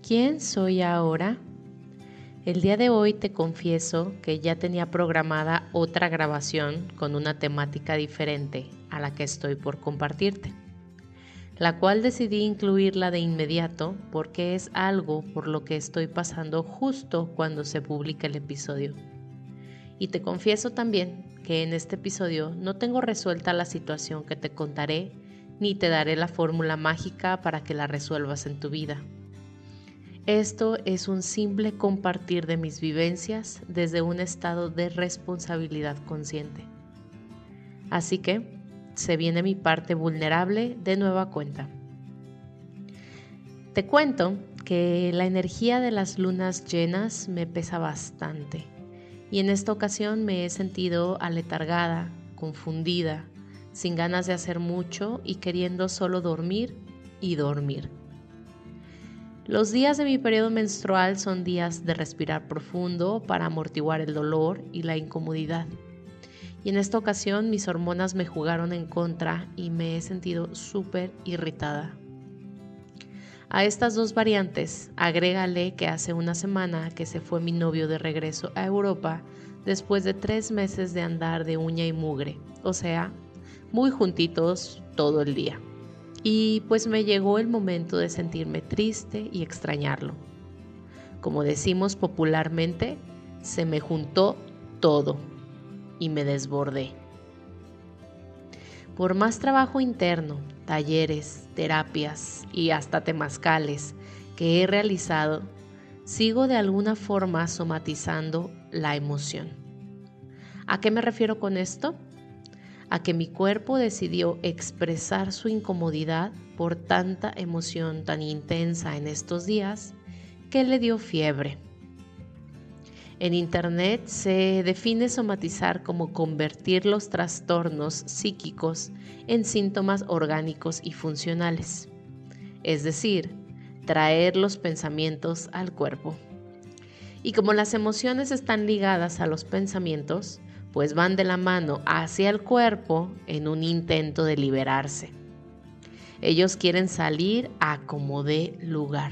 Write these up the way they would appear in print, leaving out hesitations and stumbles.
¿Quién soy ahora? El día de hoy te confieso que ya tenía programada otra grabación con una temática diferente a la que estoy por compartirte, la cual decidí incluirla de inmediato porque es algo por lo que estoy pasando justo cuando se publica el episodio. Y te confieso también que en este episodio no tengo resuelta la situación que te contaré, ni te daré la fórmula mágica para que la resuelvas en tu vida. Esto es un simple compartir de mis vivencias desde un estado de responsabilidad consciente. Así que se viene mi parte vulnerable de nueva cuenta. Te cuento que la energía de las lunas llenas me pesa bastante y en esta ocasión me he sentido aletargada, confundida, sin ganas de hacer mucho y queriendo solo dormir y dormir. Los días de mi periodo menstrual son días de respirar profundo para amortiguar el dolor y la incomodidad. Y en esta ocasión mis hormonas me jugaron en contra y me he sentido súper irritada. A estas dos variantes, agrégale que hace una semana que se fue mi novio de regreso a Europa después de 3 meses de andar de uña y mugre, o sea, muy juntitos todo el día. Y pues me llegó el momento de sentirme triste y extrañarlo. Como decimos popularmente, se me juntó todo y me desbordé. Por más trabajo interno, talleres, terapias y hasta temazcales que he realizado, sigo de alguna forma somatizando la emoción. ¿A qué me refiero con esto? A que mi cuerpo decidió expresar su incomodidad por tanta emoción tan intensa en estos días que le dio fiebre. En Internet se define somatizar como convertir los trastornos psíquicos en síntomas orgánicos y funcionales, es decir, traer los pensamientos al cuerpo. Y como las emociones están ligadas a los pensamientos, pues van de la mano hacia el cuerpo en un intento de liberarse. Ellos quieren salir a como dé lugar.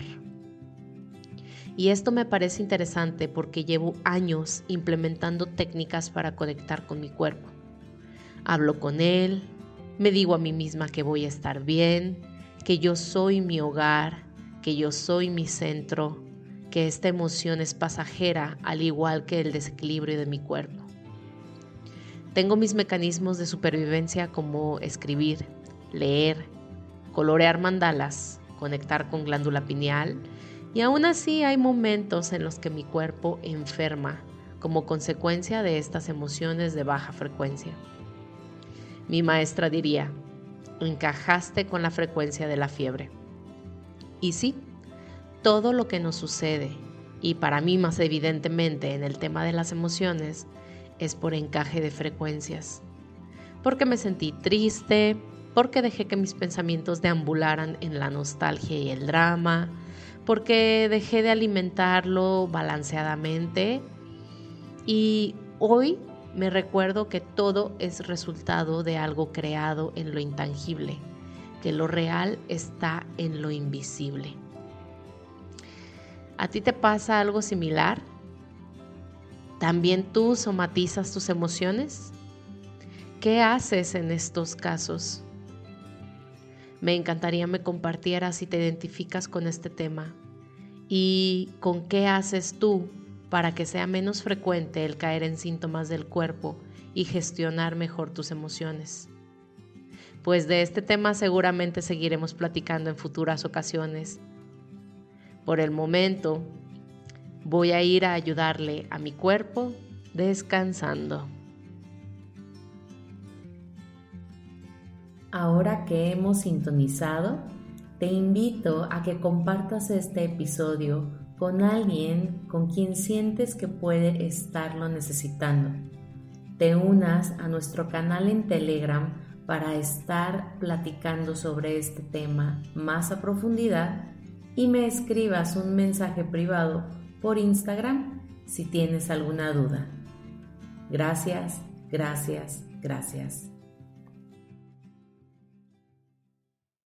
Y esto me parece interesante porque llevo años implementando técnicas para conectar con mi cuerpo. Hablo con él, me digo a mí misma que voy a estar bien, que yo soy mi hogar, que yo soy mi centro, que esta emoción es pasajera al igual que el desequilibrio de mi cuerpo. Tengo mis mecanismos de supervivencia como escribir, leer, colorear mandalas, conectar con glándula pineal y aún así hay momentos en los que mi cuerpo enferma como consecuencia de estas emociones de baja frecuencia. Mi maestra diría, encajaste con la frecuencia de la fiebre. Y sí, todo lo que nos sucede, y para mí más evidentemente en el tema de las emociones, es por encaje de frecuencias. Porque me sentí triste, porque dejé que mis pensamientos deambularan en la nostalgia y el drama, porque dejé de alimentarlo balanceadamente y hoy me recuerdo que todo es resultado de algo creado en lo intangible, que lo real está en lo invisible. ¿A ti te pasa algo similar? ¿También tú somatizas tus emociones? ¿Qué haces en estos casos? Me encantaría me compartieras si te identificas con este tema y con qué haces tú para que sea menos frecuente el caer en síntomas del cuerpo y gestionar mejor tus emociones. Pues de este tema seguramente seguiremos platicando en futuras ocasiones. Por el momento, voy a ir a ayudarle a mi cuerpo descansando. Ahora que hemos sintonizado, te invito a que compartas este episodio con alguien con quien sientes que puede estarlo necesitando. Te unas a nuestro canal en Telegram para estar platicando sobre este tema más a profundidad y me escribas un mensaje privado por Instagram si tienes alguna duda. Gracias, gracias, gracias.